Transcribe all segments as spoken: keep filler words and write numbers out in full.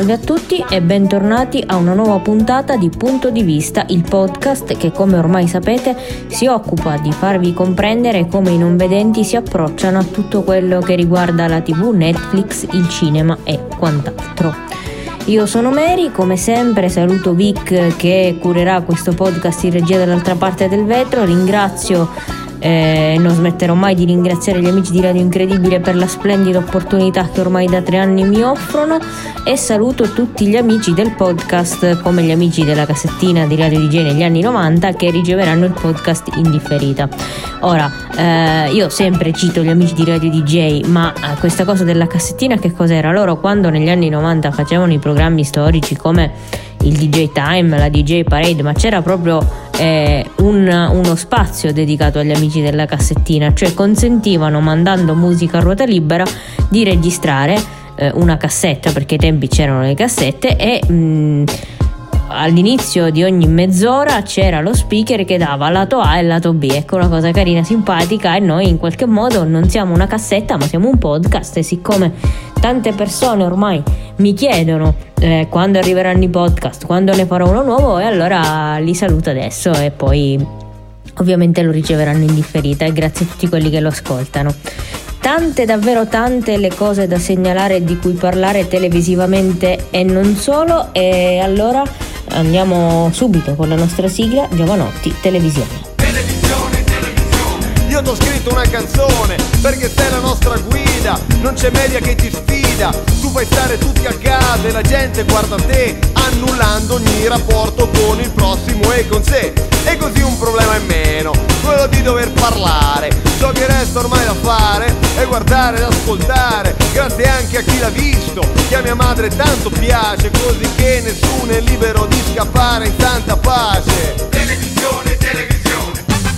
Salve a tutti e bentornati a una nuova puntata di Punto di Vista, il podcast che, come ormai sapete, si occupa di farvi comprendere come i non vedenti si approcciano a tutto quello che riguarda la tivù, Netflix, il cinema e quant'altro. Io sono Mary, come sempre saluto Vic che curerà questo podcast in regia dall'altra parte del vetro, ringrazio Eh, non smetterò mai di ringraziare gli amici di Radio Incredibile per la splendida opportunità che ormai da tre anni mi offrono e saluto tutti gli amici del podcast, come gli amici della cassettina di Radio D J negli anni novanta, che riceveranno il podcast in differita. Ora, eh, io sempre cito gli amici di Radio D J, ma eh, questa cosa della cassettina che cos'era? Loro quando negli anni novanta facevano i programmi storici come il D J Time, la D J Parade, ma c'era proprio eh, un, uno spazio dedicato agli amici della cassettina, cioè consentivano, mandando musica a ruota libera, di registrare eh, una cassetta, perché ai tempi c'erano le cassette, e mh, all'inizio di ogni mezz'ora c'era lo speaker che dava lato A e lato B. Ecco, una cosa carina, simpatica, e noi in qualche modo non siamo una cassetta ma siamo un podcast, e siccome tante persone ormai mi chiedono eh, quando arriveranno i podcast, quando ne farò uno nuovo, e allora li saluto adesso e poi ovviamente lo riceveranno in differita, e grazie a tutti quelli che lo ascoltano. Tante, davvero tante le cose da segnalare e di cui parlare televisivamente e non solo, e allora andiamo subito con la nostra sigla Giovanotti Televisione. Televisione, televisione. Io t'ho scritto una canzone perché sei la nostra guida, non c'è media che ti sfida, tu fai stare tutti a casa e la gente guarda te, annullando ogni rapporto con il prossimo e con sé. E così un problema in meno, quello di dover parlare. Ciò che resta ormai da fare è guardare ed ascoltare, grazie anche a chi l'ha visto, che a mia madre tanto piace, così che nessuno è libero di scappare in santa pace. Televisione, televisione.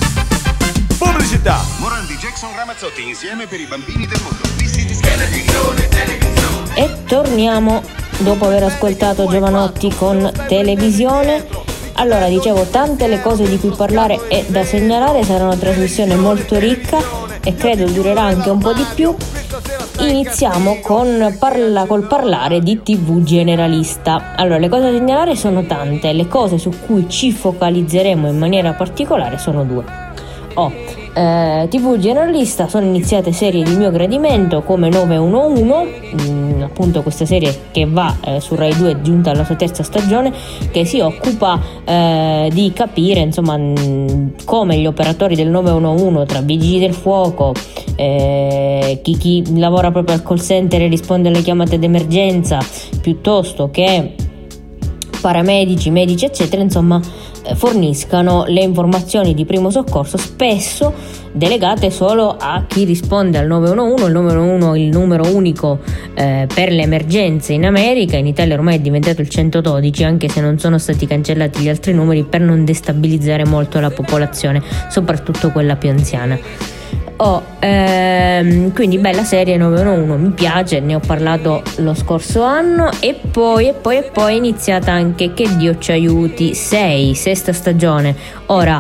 Pubblicità. Morandi, Jackson, Ramazzotti insieme per i bambini del mondo. Televisione, televisione. E torniamo dopo aver ascoltato Giovanotti con Televisione. Allora, dicevo, tante le cose di cui parlare e da segnalare, sarà una trasmissione molto ricca e credo durerà anche un po' di più. Iniziamo con parla, col parlare di tivù generalista. Allora, le cose da segnalare sono tante, le cose su cui ci focalizzeremo in maniera particolare sono due. Oh, eh, tivù generalista, sono iniziate serie di mio gradimento come nove uno uno, mh, appunto questa serie che va eh, su Rai due, è giunta alla sua terza stagione, che si occupa eh, di capire insomma mh, come gli operatori del nove uno uno, tra vigili del fuoco, eh, chi, chi lavora proprio al call center e risponde alle chiamate d'emergenza, piuttosto che paramedici, medici eccetera, insomma forniscano le informazioni di primo soccorso, spesso delegate solo a chi risponde al nove uno uno. Il nove uno uno è il numero unico eh, per le emergenze in America, in Italia ormai è diventato il centododici, anche se non sono stati cancellati gli altri numeri per non destabilizzare molto la popolazione, soprattutto quella più anziana. Oh, ehm, quindi bella serie nove uno uno, mi piace, ne ho parlato lo scorso anno. E poi e poi e poi è iniziata anche Che Dio ci aiuti sei, sesta stagione. Ora,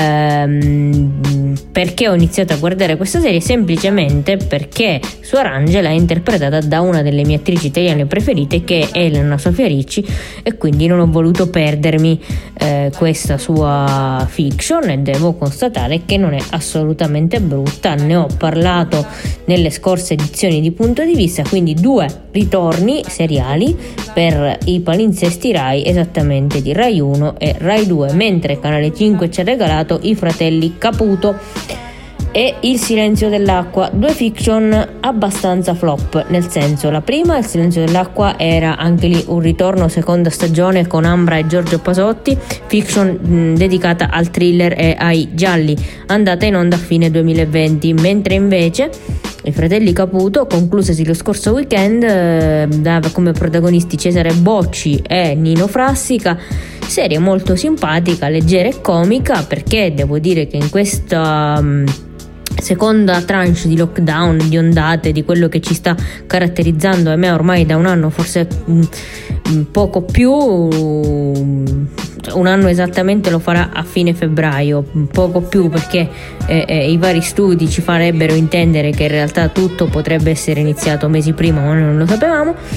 ehm, perché ho iniziato a guardare questa serie? Semplicemente perché Suor Angela è interpretata da una delle mie attrici italiane preferite, che è Elena Sofia Ricci, e quindi non ho voluto perdermi eh, questa sua fiction, e devo constatare che non è assolutamente brutta. Ne ho parlato nelle scorse edizioni di Punto di Vista, quindi due ritorni seriali per i palinsesti Rai, esattamente di Rai uno e Rai due, mentre Canale cinque ci ha regalato I Fratelli Caputo e Il Silenzio dell'Acqua, due fiction abbastanza flop, nel senso, la prima, Il Silenzio dell'Acqua, era anche lì un ritorno, seconda stagione con Ambra e Giorgio Pasotti, fiction mh, dedicata al thriller e ai gialli, andata in onda a fine duemilaventi, mentre invece I Fratelli Caputo, conclusasi lo scorso weekend, eh, dava come protagonisti Cesare Bocci e Nino Frassica. Serie molto simpatica, leggera e comica, perché devo dire che in questa um, seconda tranche di lockdown, di ondate, di quello che ci sta caratterizzando, ahimè, ormai da un anno, forse um, poco più, um, un anno esattamente, lo farà a fine febbraio, poco più, perché eh, eh, i vari studi ci farebbero intendere che in realtà tutto potrebbe essere iniziato mesi prima, ma noi non lo sapevamo.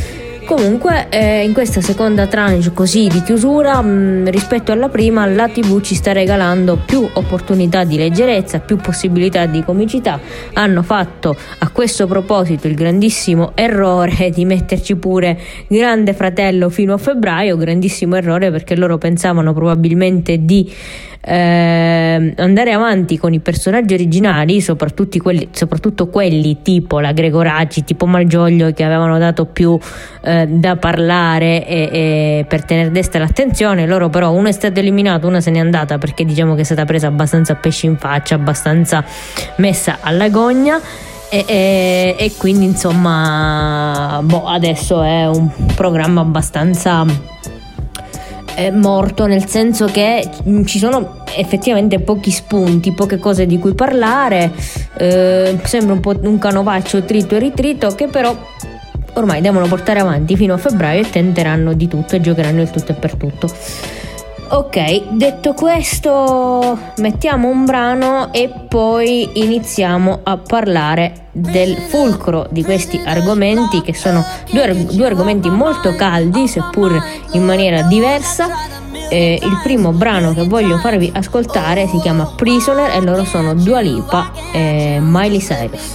Comunque eh, in questa seconda tranche così di chiusura mh, rispetto alla prima, la tivù ci sta regalando più opportunità di leggerezza, più possibilità di comicità. Hanno fatto a questo proposito il grandissimo errore di metterci pure Grande Fratello fino a febbraio, grandissimo errore, perché loro pensavano probabilmente di eh, andare avanti con i personaggi originali, soprattutto quelli, soprattutto quelli tipo la Gregoracci, tipo Malgioglio, che avevano dato più eh, da parlare e, e per tenere desta l'attenzione. Loro però, uno è stato eliminato, una se n'è andata perché diciamo che è stata presa abbastanza a pesci in faccia, abbastanza messa alla gogna. E, e, e quindi insomma boh, adesso è un programma abbastanza è morto, nel senso che ci sono effettivamente pochi spunti, poche cose di cui parlare, eh, sembra un po' un canovaccio trito e ritrito che però ormai devono portare avanti fino a febbraio e tenteranno di tutto e giocheranno il tutto e per tutto. Ok, detto questo, mettiamo un brano e poi iniziamo a parlare del fulcro di questi argomenti, che sono due, due argomenti molto caldi, seppur in maniera diversa. Eh, il primo brano che voglio farvi ascoltare si chiama Prisoner e loro sono Dua Lipa e Miley Cyrus.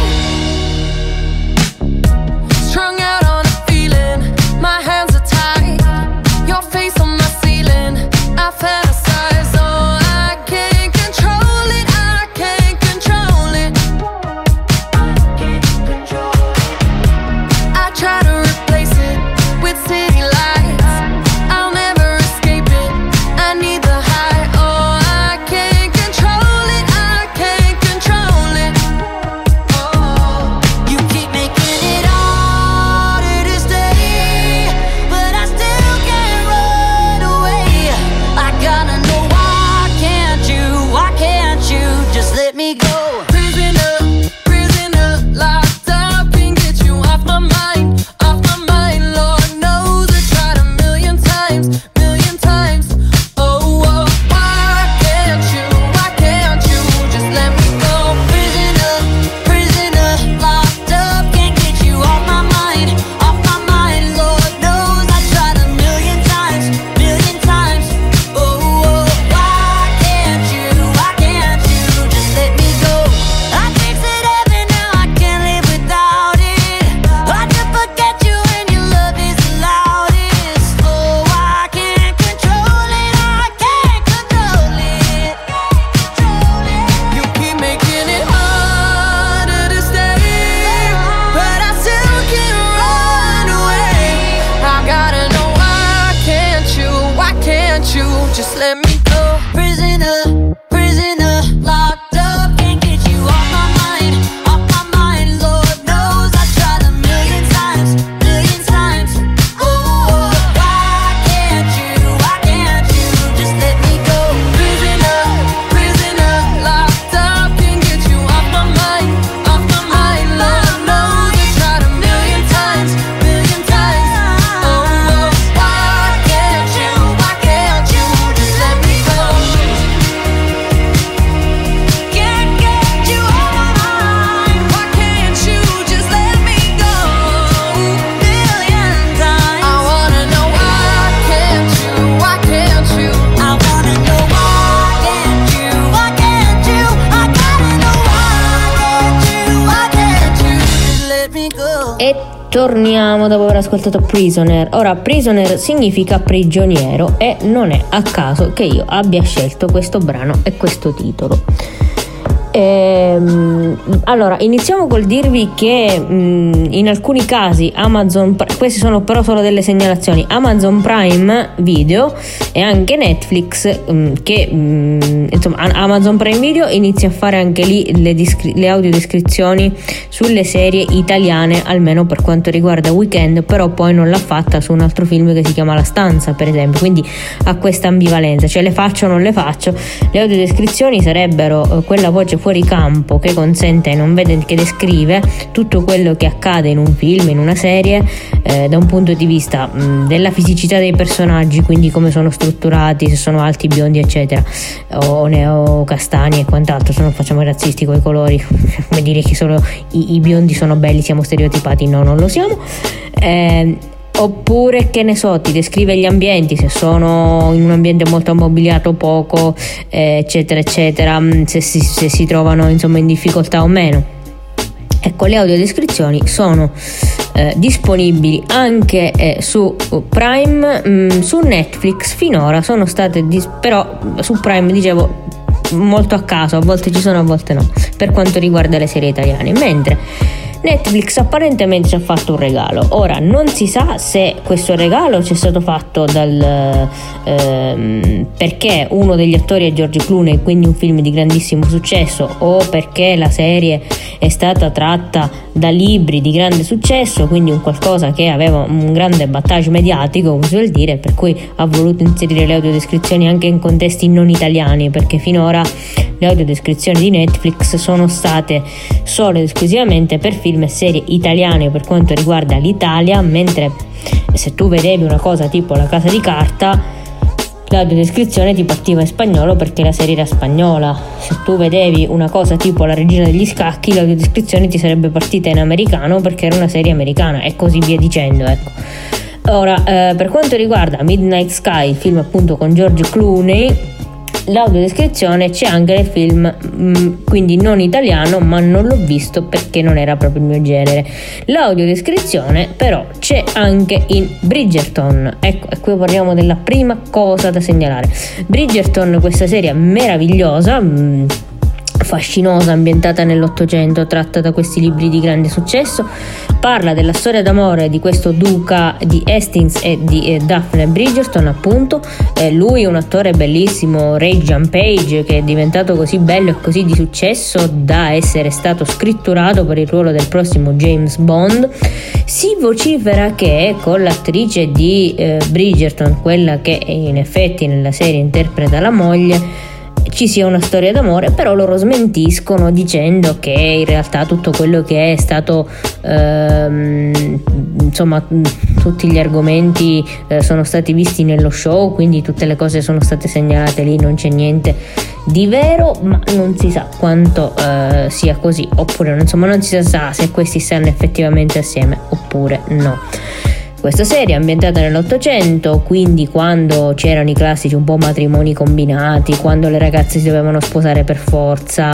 Torniamo dopo aver ascoltato Prisoner. Ora, Prisoner significa prigioniero e non è a caso che io abbia scelto questo brano e questo titolo. Ehm, allora, iniziamo col dirvi che mh, in alcuni casi Amazon, queste sono però solo delle segnalazioni, Amazon Prime Video e anche Netflix, mh, che mh, insomma Amazon Prime Video inizia a fare anche lì le, discri- le audiodescrizioni sulle serie italiane, almeno per quanto riguarda Weekend, però poi non l'ha fatta su un altro film che si chiama La Stanza, per esempio, quindi ha questa ambivalenza, cioè le faccio o non le faccio. Le audiodescrizioni sarebbero eh, quella voce fuori campo che consente e non vede, che descrive tutto quello che accade in un film, in una serie, eh, da un punto di vista mh, della fisicità dei personaggi, quindi come sono strutturati, se sono alti, biondi eccetera, o neo castani e quant'altro, se non facciamo i razzisti coi colori come dire che solo i, i biondi sono belli, siamo stereotipati, no, non lo siamo. eh, Oppure, che ne so, ti descrive gli ambienti, se sono in un ambiente molto ammobiliato o poco, eh, eccetera eccetera, se si, se si trovano insomma in difficoltà o meno. Ecco, le audiodescrizioni sono eh, disponibili anche eh, su Prime, mh, su Netflix finora sono state dis- però su Prime, dicevo, molto a caso, a volte ci sono, a volte no, per quanto riguarda le serie italiane, mentre Netflix apparentemente ci ha fatto un regalo. Ora non si sa se questo regalo ci è stato fatto dal ehm, perché uno degli attori è George Clooney, quindi un film di grandissimo successo, o perché la serie è stata tratta da libri di grande successo, quindi un qualcosa che aveva un grande battage mediatico, come si vuol dire, per cui ha voluto inserire le audiodescrizioni anche in contesti non italiani, perché finora le audiodescrizioni di Netflix sono state solo ed esclusivamente per film e serie italiane per quanto riguarda l'Italia, mentre se tu vedevi una cosa tipo La Casa di Carta, l'audiodescrizione ti partiva in spagnolo perché la serie era spagnola. Se tu vedevi una cosa tipo La Regina degli Scacchi, l'audiodescrizione ti sarebbe partita in americano perché era una serie americana, e così via dicendo, ecco. Ora, eh, per quanto riguarda Midnight Sky, il film appunto con George Clooney, l'audiodescrizione c'è anche nel film, mh, quindi non italiano, ma non l'ho visto perché non era proprio il mio genere. L'audiodescrizione però c'è anche in Bridgerton. Ecco, e qui parliamo della prima cosa da segnalare. Bridgerton, questa serie meravigliosa, mh, fascinosa, ambientata nell'Ottocento, tratta da questi libri di grande successo, parla della storia d'amore di questo duca di Hastings e di eh, Daphne Bridgerton, appunto. Eh, lui è un attore bellissimo, Reggian Page, che è diventato così bello e così di successo da essere stato scritturato per il ruolo del prossimo James Bond. Si vocifera che con l'attrice di eh, Bridgerton, quella che in effetti nella serie interpreta la moglie, ci sia una storia d'amore, però loro smentiscono dicendo che in realtà tutto quello che è stato ehm, insomma tutti gli argomenti eh, sono stati visti nello show, quindi tutte le cose sono state segnalate lì, non c'è niente di vero, ma non si sa quanto eh, sia così, oppure insomma non si sa se questi stanno effettivamente assieme oppure no. Questa serie è ambientata nell'Ottocento, quindi quando c'erano i classici un po' matrimoni combinati, quando le ragazze si dovevano sposare per forza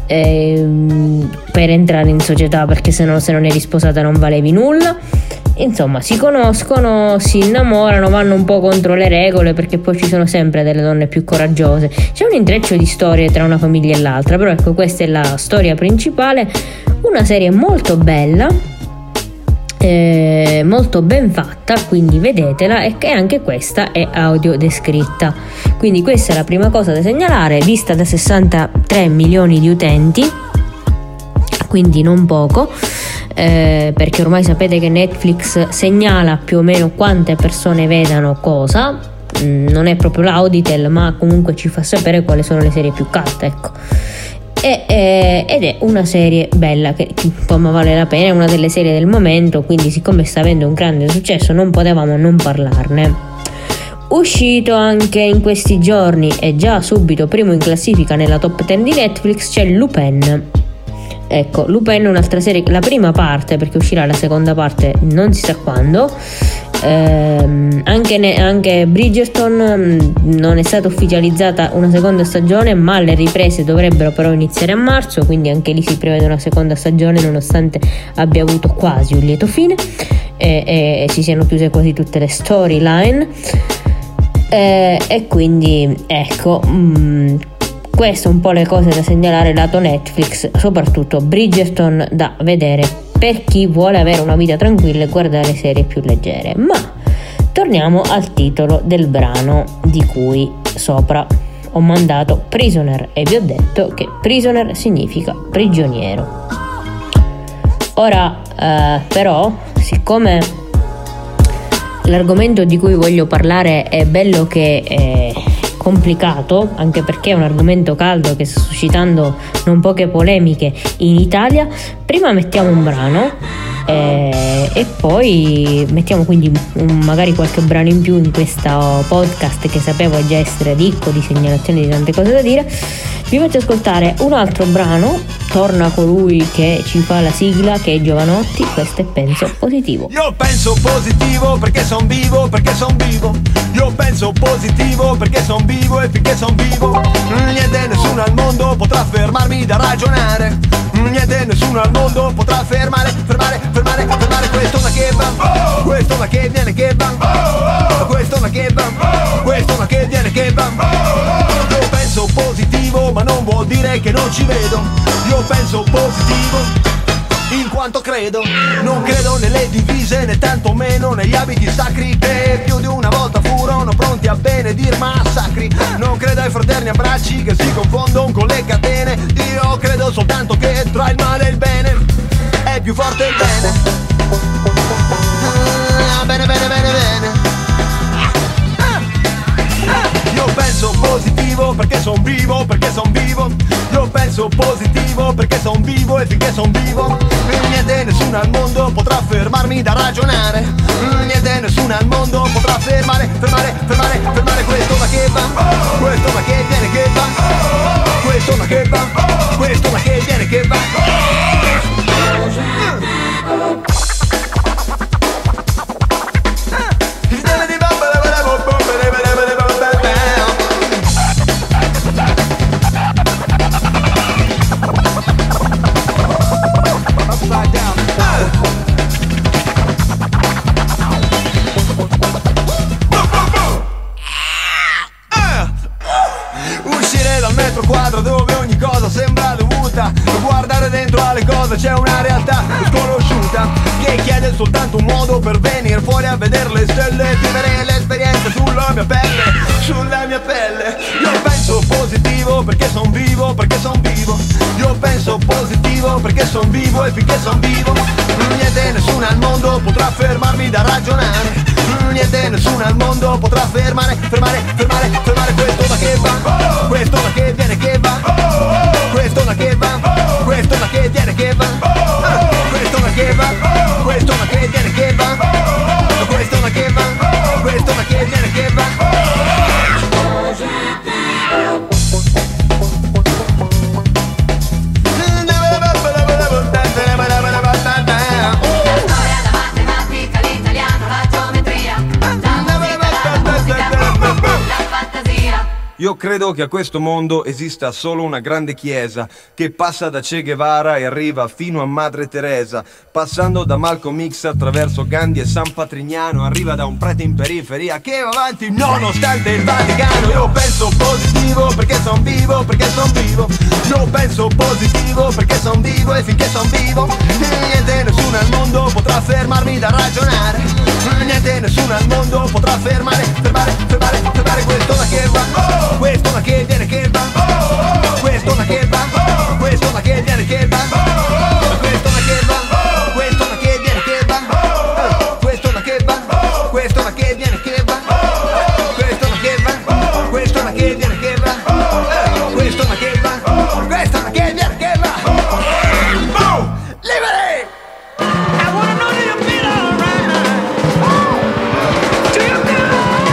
ehm, per entrare in società, perché se no, se non eri sposata non valevi nulla. Insomma, si conoscono, si innamorano, vanno un po' contro le regole, perché poi ci sono sempre delle donne più coraggiose. C'è un intreccio di storie tra una famiglia e l'altra, però ecco, questa è la storia principale. Una serie molto bella, Eh, molto ben fatta, quindi vedetela, e che anche questa è audio descritta. Quindi questa è la prima cosa da segnalare, vista da sessantatré milioni di utenti, quindi non poco, eh, perché ormai sapete che Netflix segnala più o meno quante persone vedano cosa, mm, non è proprio l'Auditel, ma comunque ci fa sapere quali sono le serie più catte, ecco. E, eh, ed è una serie bella che insomma vale la pena, è una delle serie del momento, quindi siccome sta avendo un grande successo non potevamo non parlarne. Uscito anche in questi giorni e già subito primo in classifica nella top dieci di Netflix c'è Lupin. Ecco, Lupin è un'altra serie, la prima parte, perché uscirà la seconda parte non si sa quando. Eh, anche, ne, anche Bridgerton mh, non è stata ufficializzata una seconda stagione, ma le riprese dovrebbero però iniziare a marzo, quindi anche lì si prevede una seconda stagione, nonostante abbia avuto quasi un lieto fine e, e, e si siano chiuse quasi tutte le storyline, eh, e quindi ecco, mh, queste un po' le cose da segnalare lato Netflix, soprattutto Bridgerton da vedere per chi vuole avere una vita tranquilla e guardare serie più leggere. Ma torniamo al titolo del brano di cui sopra ho mandato Prisoner, e vi ho detto che prisoner significa prigioniero. Ora eh, però, siccome l'argomento di cui voglio parlare è bello che è complicato, anche perché è un argomento caldo che sta suscitando non poche polemiche in Italia, prima mettiamo un brano eh, e poi mettiamo quindi un, magari qualche brano in più in questo podcast che sapevo già essere ricco di segnalazioni, di tante cose da dire. Vi faccio ascoltare un altro brano, torna colui che ci fa la sigla, che è Giovanotti, questo è Penso Positivo. Io penso positivo perché son vivo, perché son vivo. Io penso positivo perché son vivo e finché son vivo niente, nessuno al mondo potrà fermarmi da ragionare. Niente, nessuno al mondo potrà fermare, fermare, fermare, fermare questo ma che va, questo ma che viene che va, questo ma che va, questo ma che viene che va. Io penso positivo ma non vuol dire che non ci vedo. Io penso positivo in quanto credo, non credo nelle divise né tanto meno negli abiti sacri che più di una volta furono pronti a benedir massacri. Non credo ai fraterni abbracci che si confondono con le catene. Io credo soltanto che tra il male e il bene è più forte il bene. Ah, bene, bene, bene, bene. Io penso positivo perché son vivo, perché son vivo. Io penso positivo perché son vivo e finché son vivo niente, nessuno al mondo potrà fermarmi da ragionare. Niente, nessuno al mondo potrà fermare, fermare, fermare, fermare questo ma che va, questo ma che viene che va, questo ma che va, questo ma che viene che va. Dove ogni cosa sembra dovuta, guardare dentro alle cose c'è una realtà sconosciuta che chiede soltanto un modo per venire fuori a vedere le stelle, vivere l'esperienza sulla mia pelle, sulla mia pelle. Io penso positivo perché son vivo, perché son vivo. Io penso positivo perché son vivo e finché son vivo niente, nessuno al mondo potrà fermarmi da ragionare. Niente, nessuno al mondo potrà fermare, fermare, fermare, fermare questo ma che va, questo ma che viene che va, questo ma che va, questo ma che viene che va, questo ma che va, questo ma che viene che va, questo ma che va, questo ma che viene che va. Io credo che a questo mondo esista solo una grande chiesa che passa da Che Guevara e arriva fino a Madre Teresa, passando da Malcolm X attraverso Gandhi e San Patrignano, arriva da un prete in periferia che va avanti nonostante il Vaticano. Io penso positivo perché son vivo, perché son vivo. Io penso positivo perché son vivo e finché son vivo niente, nessuno al mondo potrà fermarmi da ragionare. Niente, nessuno al mondo potrà fermare, fermare, fermare, fermare questo ma che va, questo ma che viene che va, questo ma che va, questo ma che viene che va, questo ma che va, questo ma che viene che va, questo ma che va, questo ma che viene che va, questo ma che va, questo ma che viene che va, questo ma che va, questo ma che viene che va. Liberi! I wanna know that you feel alright. Do you feel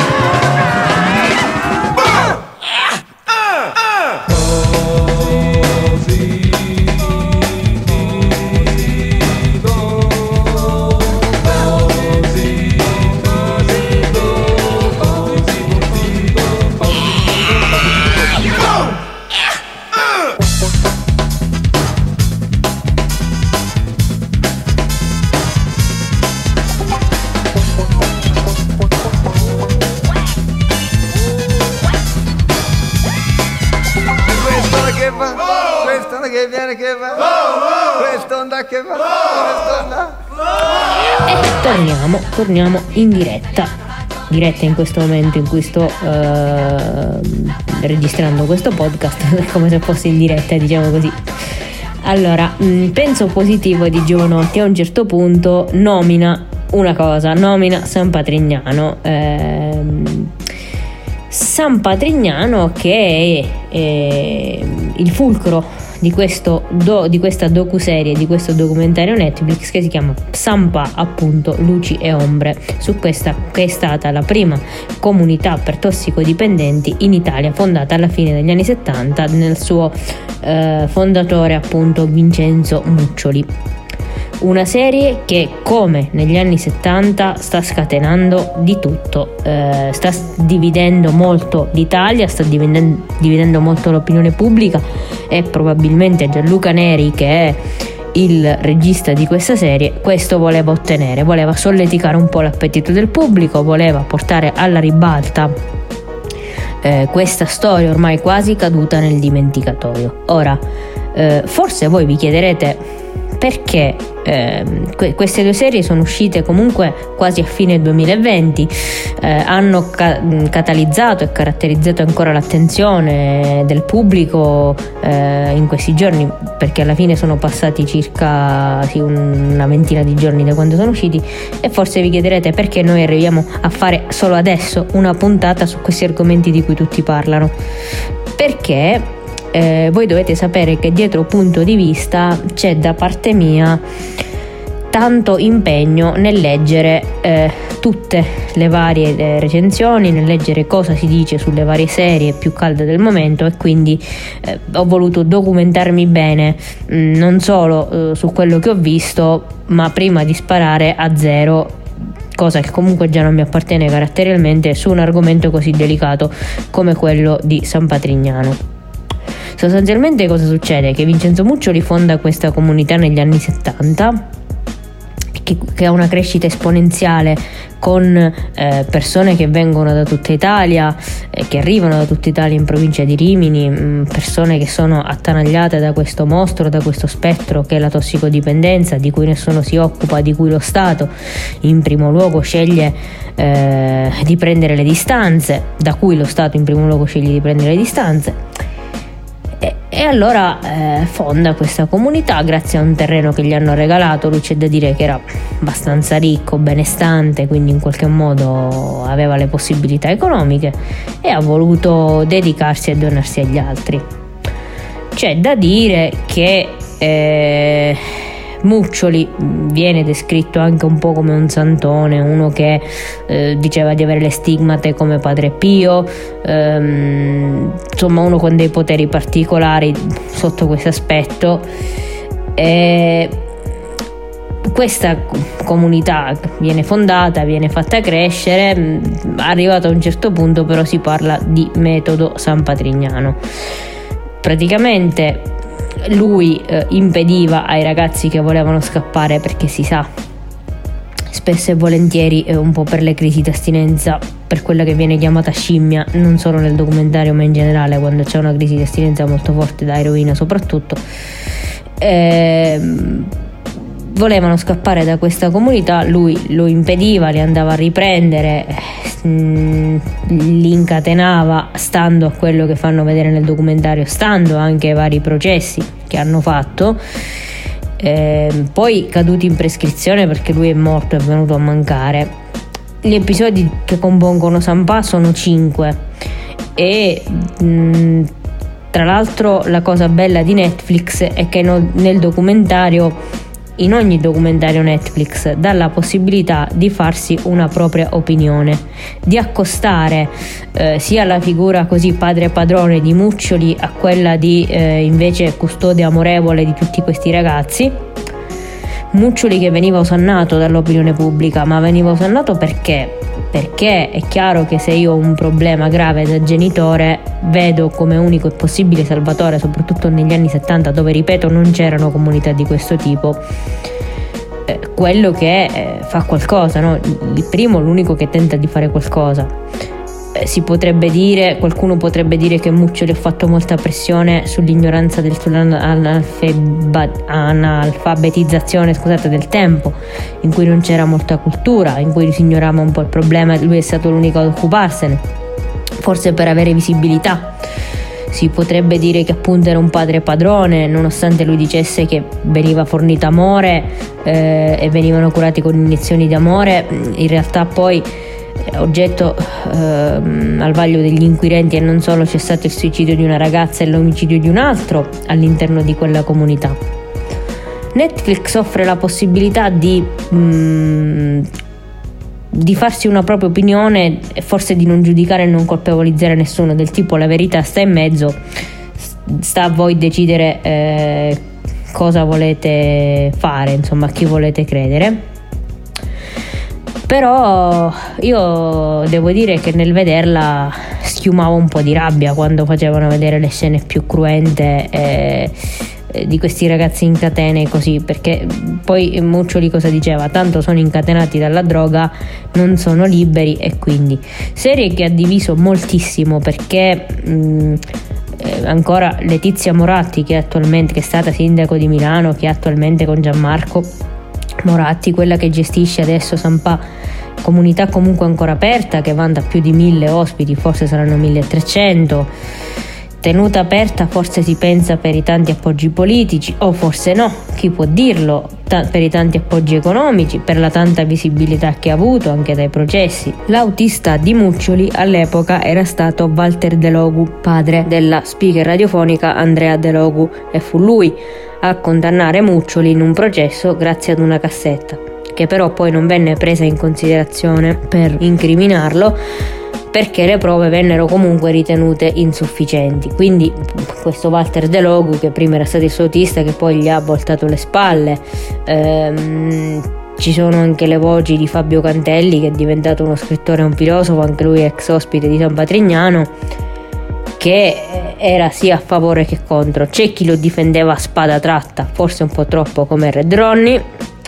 che viene che va, questo onda che va, questo onda. E torniamo, torniamo in diretta. Diretta in questo momento in cui sto uh, registrando questo podcast, come se fosse in diretta, diciamo così. Allora, mh, penso positivo di Giovanotti a un certo punto nomina una cosa, nomina San Patrignano. Ehm, San Patrignano che è, è il fulcro di, questo do, di questa docuserie, di questo documentario Netflix che si chiama Sampa, appunto, Luci e Ombre, su questa che è stata la prima comunità per tossicodipendenti in Italia, fondata alla fine degli anni settanta nel suo eh, fondatore, appunto, Vincenzo Muccioli. Una serie che, come negli anni settanta, sta scatenando di tutto, eh, sta dividendo molto l'Italia, sta dividendo, dividendo molto l'opinione pubblica, e probabilmente Gianluca Neri, che è il regista di questa serie, questo voleva ottenere, voleva solleticare un po' l'appetito del pubblico, voleva portare alla ribalta eh, questa storia ormai quasi caduta nel dimenticatoio. Ora, eh, forse voi vi chiederete perché eh, que- queste due serie sono uscite comunque quasi a fine duemilaventi, eh, hanno ca- catalizzato e caratterizzato ancora l'attenzione del pubblico eh, in questi giorni, perché alla fine sono passati circa sì, una ventina di giorni da quando sono usciti, e forse vi chiederete perché noi arriviamo a fare solo adesso una puntata su questi argomenti di cui tutti parlano. Perché Eh, voi dovete sapere che dietro punto di vista c'è da parte mia tanto impegno nel leggere eh, tutte le varie eh, recensioni, nel leggere cosa si dice sulle varie serie più calde del momento, e quindi eh, ho voluto documentarmi bene mh, non solo eh, su quello che ho visto, ma prima di sparare a zero, cosa che comunque già non mi appartiene caratterialmente, su un argomento così delicato come quello di San Patrignano. Sostanzialmente cosa succede? Che Vincenzo Muccioli fonda questa comunità negli anni settanta, che, che ha una crescita esponenziale, con eh, persone che vengono da tutta Italia, eh, che arrivano da tutta Italia in provincia di Rimini, mh, persone che sono attanagliate da questo mostro, da questo spettro che è la tossicodipendenza, di cui nessuno si occupa, di cui lo Stato in primo luogo sceglie eh, di prendere le distanze, da cui lo Stato in primo luogo sceglie di prendere le distanze. E, e allora eh, fonda questa comunità grazie a un terreno che gli hanno regalato. Lui, c'è da dire che era abbastanza ricco, benestante, quindi in qualche modo aveva le possibilità economiche, e ha voluto dedicarsi e donarsi agli altri. C'è da dire che eh, Muccioli viene descritto anche un po' come un santone, uno che eh, diceva di avere le stigmate come Padre Pio, ehm, insomma uno con dei poteri particolari sotto questo aspetto. E questa comunità viene fondata, viene fatta crescere, arrivato a un certo punto però si parla di metodo San Patrignano. Praticamente lui eh, impediva ai ragazzi che volevano scappare, perché si sa, spesso e volentieri eh, un po' per le crisi d'astinenza, per quella che viene chiamata scimmia, non solo nel documentario ma in generale, quando c'è una crisi di astinenza molto forte, da eroina soprattutto, eh, volevano scappare da questa comunità, lui lo impediva, li andava a riprendere, mh, li incatenava, stando a quello che fanno vedere nel documentario, stando anche ai vari processi che hanno fatto, eh, poi caduti in prescrizione perché lui è morto, è venuto a mancare. Gli episodi che compongono Sampa sono cinque, e mh, tra l'altro la cosa bella di Netflix è che no, nel documentario, in ogni documentario Netflix, dà la possibilità di farsi una propria opinione, di accostare eh, sia la figura così padre padrone di Muccioli a quella di eh, invece custode amorevole di tutti questi ragazzi. Muccioli che veniva osannato dall'opinione pubblica, ma veniva osannato perché? Perché è chiaro che se io ho un problema grave da genitore, vedo come unico e possibile salvatore, soprattutto negli anni settanta, dove, ripeto, non c'erano comunità di questo tipo, eh, quello che eh, fa qualcosa, no? Il primo, l'unico che tenta di fare qualcosa. Eh, si potrebbe dire, qualcuno potrebbe dire che Muccioli ha fatto molta pressione sull'ignoranza del, sull'analfabetizzazione scusate, del tempo, in cui non c'era molta cultura, in cui si ignorava un po' il problema, lui è stato l'unico ad occuparsene, forse per avere visibilità. Si potrebbe dire che appunto era un padre padrone, nonostante lui dicesse che veniva fornito amore eh, e venivano curati con iniezioni di amore, in realtà poi oggetto ehm, al vaglio degli inquirenti, e non solo c'è stato il suicidio di una ragazza e l'omicidio di un altro all'interno di quella comunità. Netflix offre la possibilità di mh, di farsi una propria opinione e forse di non giudicare e non colpevolizzare nessuno, del tipo la verità sta in mezzo, sta a voi decidere eh, cosa volete fare, insomma, a chi volete credere. Però io devo dire che nel vederla schiumavo un po' di rabbia quando facevano vedere le scene più cruente eh, di questi ragazzi in catene così, perché poi Muccioli cosa diceva? Tanto sono incatenati dalla droga, non sono liberi, e quindi serie che ha diviso moltissimo, perché mh, eh, ancora Letizia Moratti, che attualmente che è stata sindaco di Milano, che è attualmente con Gianmarco Moratti, quella che gestisce adesso Sampa, comunità comunque ancora aperta, che vanta più di mille ospiti, forse saranno milletrecento, tenuta aperta forse si pensa per i tanti appoggi politici, o forse no, chi può dirlo, ta- per i tanti appoggi economici, per la tanta visibilità che ha avuto anche dai processi. L'autista di Muccioli all'epoca era stato Walter Delogu, padre della speaker radiofonica Andrea Delogu, e fu lui a condannare Muccioli in un processo grazie ad una cassetta, che però poi non venne presa in considerazione per incriminarlo, perché le prove vennero comunque ritenute insufficienti. Quindi questo Walter Delogu, che prima era stato il suo autista, che poi gli ha voltato le spalle. Ehm, ci sono anche le voci di Fabio Cantelli, che è diventato uno scrittore e un filosofo, anche lui ex ospite di San Patrignano, che era sia a favore che contro. C'è chi lo difendeva a spada tratta, forse un po' troppo come Red Ronnie.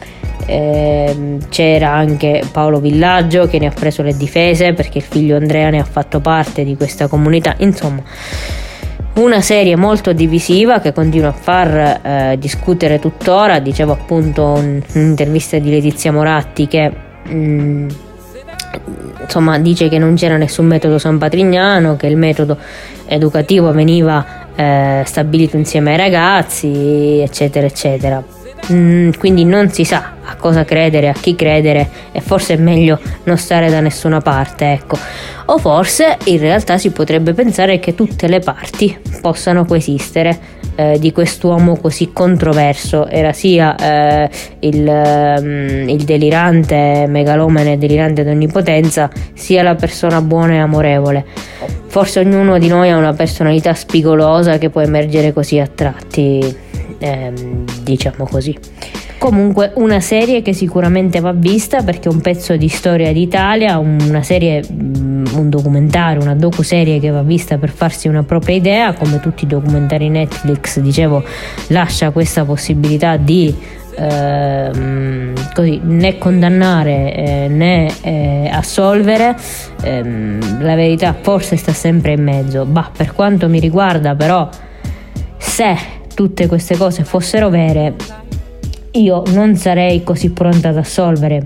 Eh, c'era anche Paolo Villaggio, che ne ha preso le difese, perché il figlio Andrea ne ha fatto parte di questa comunità. Insomma, una serie molto divisiva che continua a far eh, discutere tuttora. Dicevo appunto un, un'intervista di Letizia Moratti che mh, insomma dice che non c'era nessun metodo San Patrignano, che il metodo educativo veniva eh, stabilito insieme ai ragazzi, eccetera eccetera. Mm, quindi non si sa a cosa credere, a chi credere, e forse è meglio non stare da nessuna parte, ecco. O forse in realtà si potrebbe pensare che tutte le parti possano coesistere eh, di quest'uomo così controverso. Era sia eh, il, um, il delirante megalomane, delirante d'onnipotenza, sia la persona buona e amorevole. Forse ognuno di noi ha una personalità spigolosa che può emergere così a tratti, ehm, diciamo così. Comunque una serie che sicuramente va vista, perché è un pezzo di storia d'Italia, una serie, un documentario, una docuserie che va vista per farsi una propria idea. Come tutti i documentari Netflix, dicevo, lascia questa possibilità di eh, così, né condannare eh, né eh, assolvere. Eh, la verità forse sta sempre in mezzo. Bah, per quanto mi riguarda, però, se tutte queste cose fossero vere, io non sarei così pronta ad assolvere,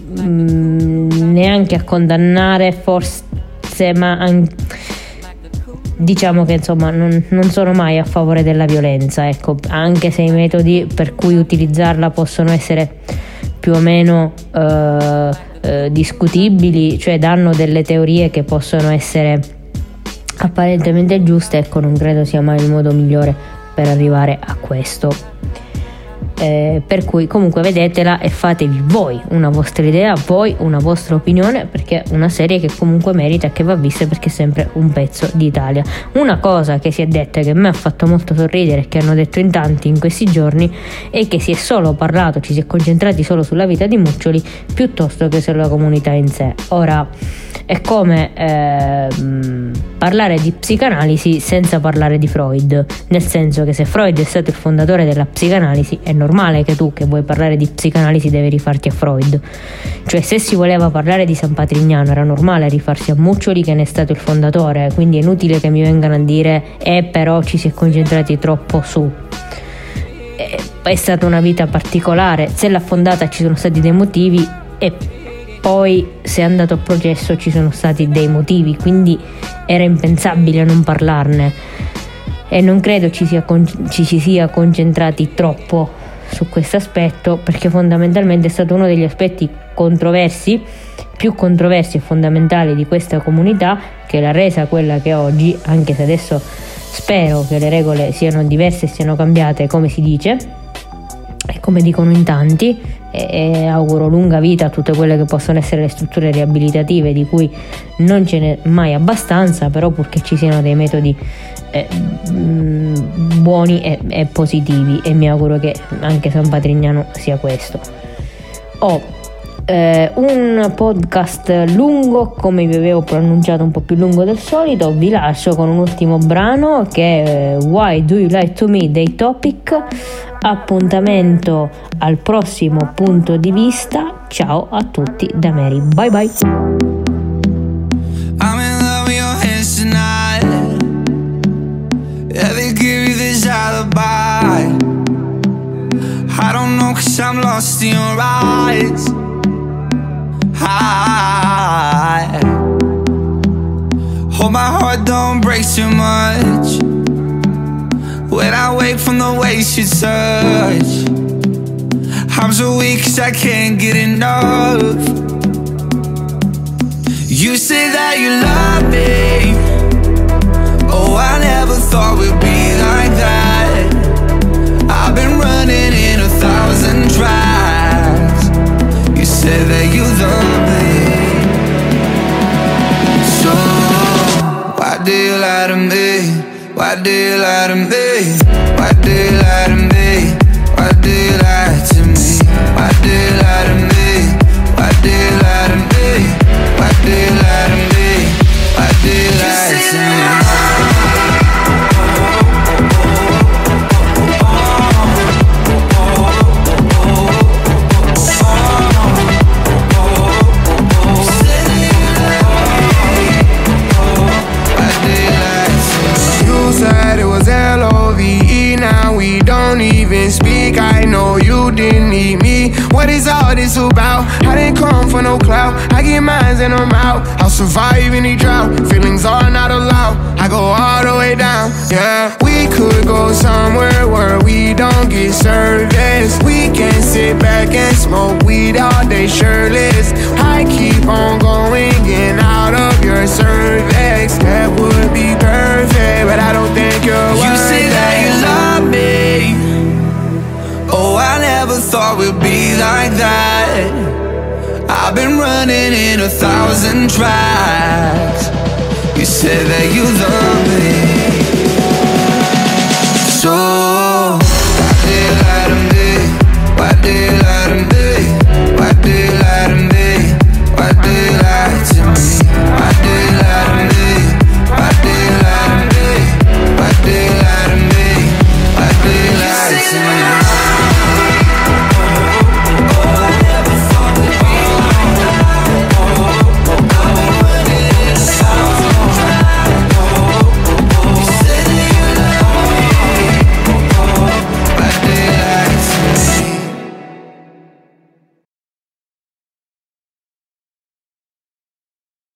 mm, neanche a condannare forse, ma an- diciamo che insomma non, non sono mai a favore della violenza, ecco, anche se i metodi per cui utilizzarla possono essere più o meno eh, eh, discutibili, cioè danno delle teorie che possono essere apparentemente giuste, ecco, non credo sia mai il modo migliore per arrivare a questo. Eh, per cui comunque vedetela e fatevi voi una vostra idea, voi una vostra opinione, perché è una serie che comunque merita, che va vista, perché è sempre un pezzo d'Italia. Una cosa che si è detta, che a me ha fatto molto sorridere e che hanno detto in tanti in questi giorni, è che si è solo parlato, ci si è concentrati solo sulla vita di Muccioli piuttosto che sulla comunità in sé. Ora è come eh, parlare di psicanalisi senza parlare di Freud, nel senso che se Freud è stato il fondatore della psicanalisi, è normale che tu, che vuoi parlare di psicanalisi, devi rifarti a Freud. Cioè, se si voleva parlare di San Patrignano, era normale rifarsi a Muccioli, che ne è stato il fondatore. Quindi è inutile che mi vengano a dire eh però ci si è concentrati troppo su. È stata una vita particolare, se l'ha fondata ci sono stati dei motivi, e poi se è andato a processo ci sono stati dei motivi, quindi era impensabile non parlarne. E non credo ci sia con- ci si sia concentrati troppo su questo aspetto, perché fondamentalmente è stato uno degli aspetti controversi, più controversi e fondamentali di questa comunità, che l'ha resa quella che è oggi, anche se adesso spero che le regole siano diverse e siano cambiate, come si dice e come dicono in tanti, e, e auguro lunga vita a tutte quelle che possono essere le strutture riabilitative, di cui non ce n'è mai abbastanza, però purché ci siano dei metodi eh, mh, buoni e, e positivi, e mi auguro che anche San Patrignano sia questo. Ho eh, un podcast lungo, come vi avevo pronunciato, un po' più lungo del solito. Vi lascio con un ultimo brano che è Why Do You Lie To Me dei Topic. Appuntamento al prossimo punto di vista. Ciao a tutti da Mary, bye bye. I'm in love with your hands tonight. Yeah, they give you this alibi. I don't know, cause I'm lost in your eyes. I hope my heart don't break too much when I wake from the way she touch. I'm so weak cause I can't get enough. You say that you love me. Oh, I never thought we'd be like that. I've been running in a thousand tries. You say that you love me. So why do you lie to me? Why do you lie to me? Why do you lie to me? Why do you lie to me? Why do you lie to me? Why do you lie to me? Why do you lie to me? Why do you lie to me? Speak, I know you didn't need me. What is all this about? I didn't come for no clout. I get mines and I'm out. I'll survive any drought. Feelings are not allowed. I go all the way down. Yeah, we could go somewhere where we don't get service. We can sit back and smoke weed all day shirtless. I keep on going, getting out of your cervix. That would be perfect, but I don't think you're worth it. You say that you love me. Oh, I never thought we'd be like that. I've been running in a thousand tries. You said that you love me.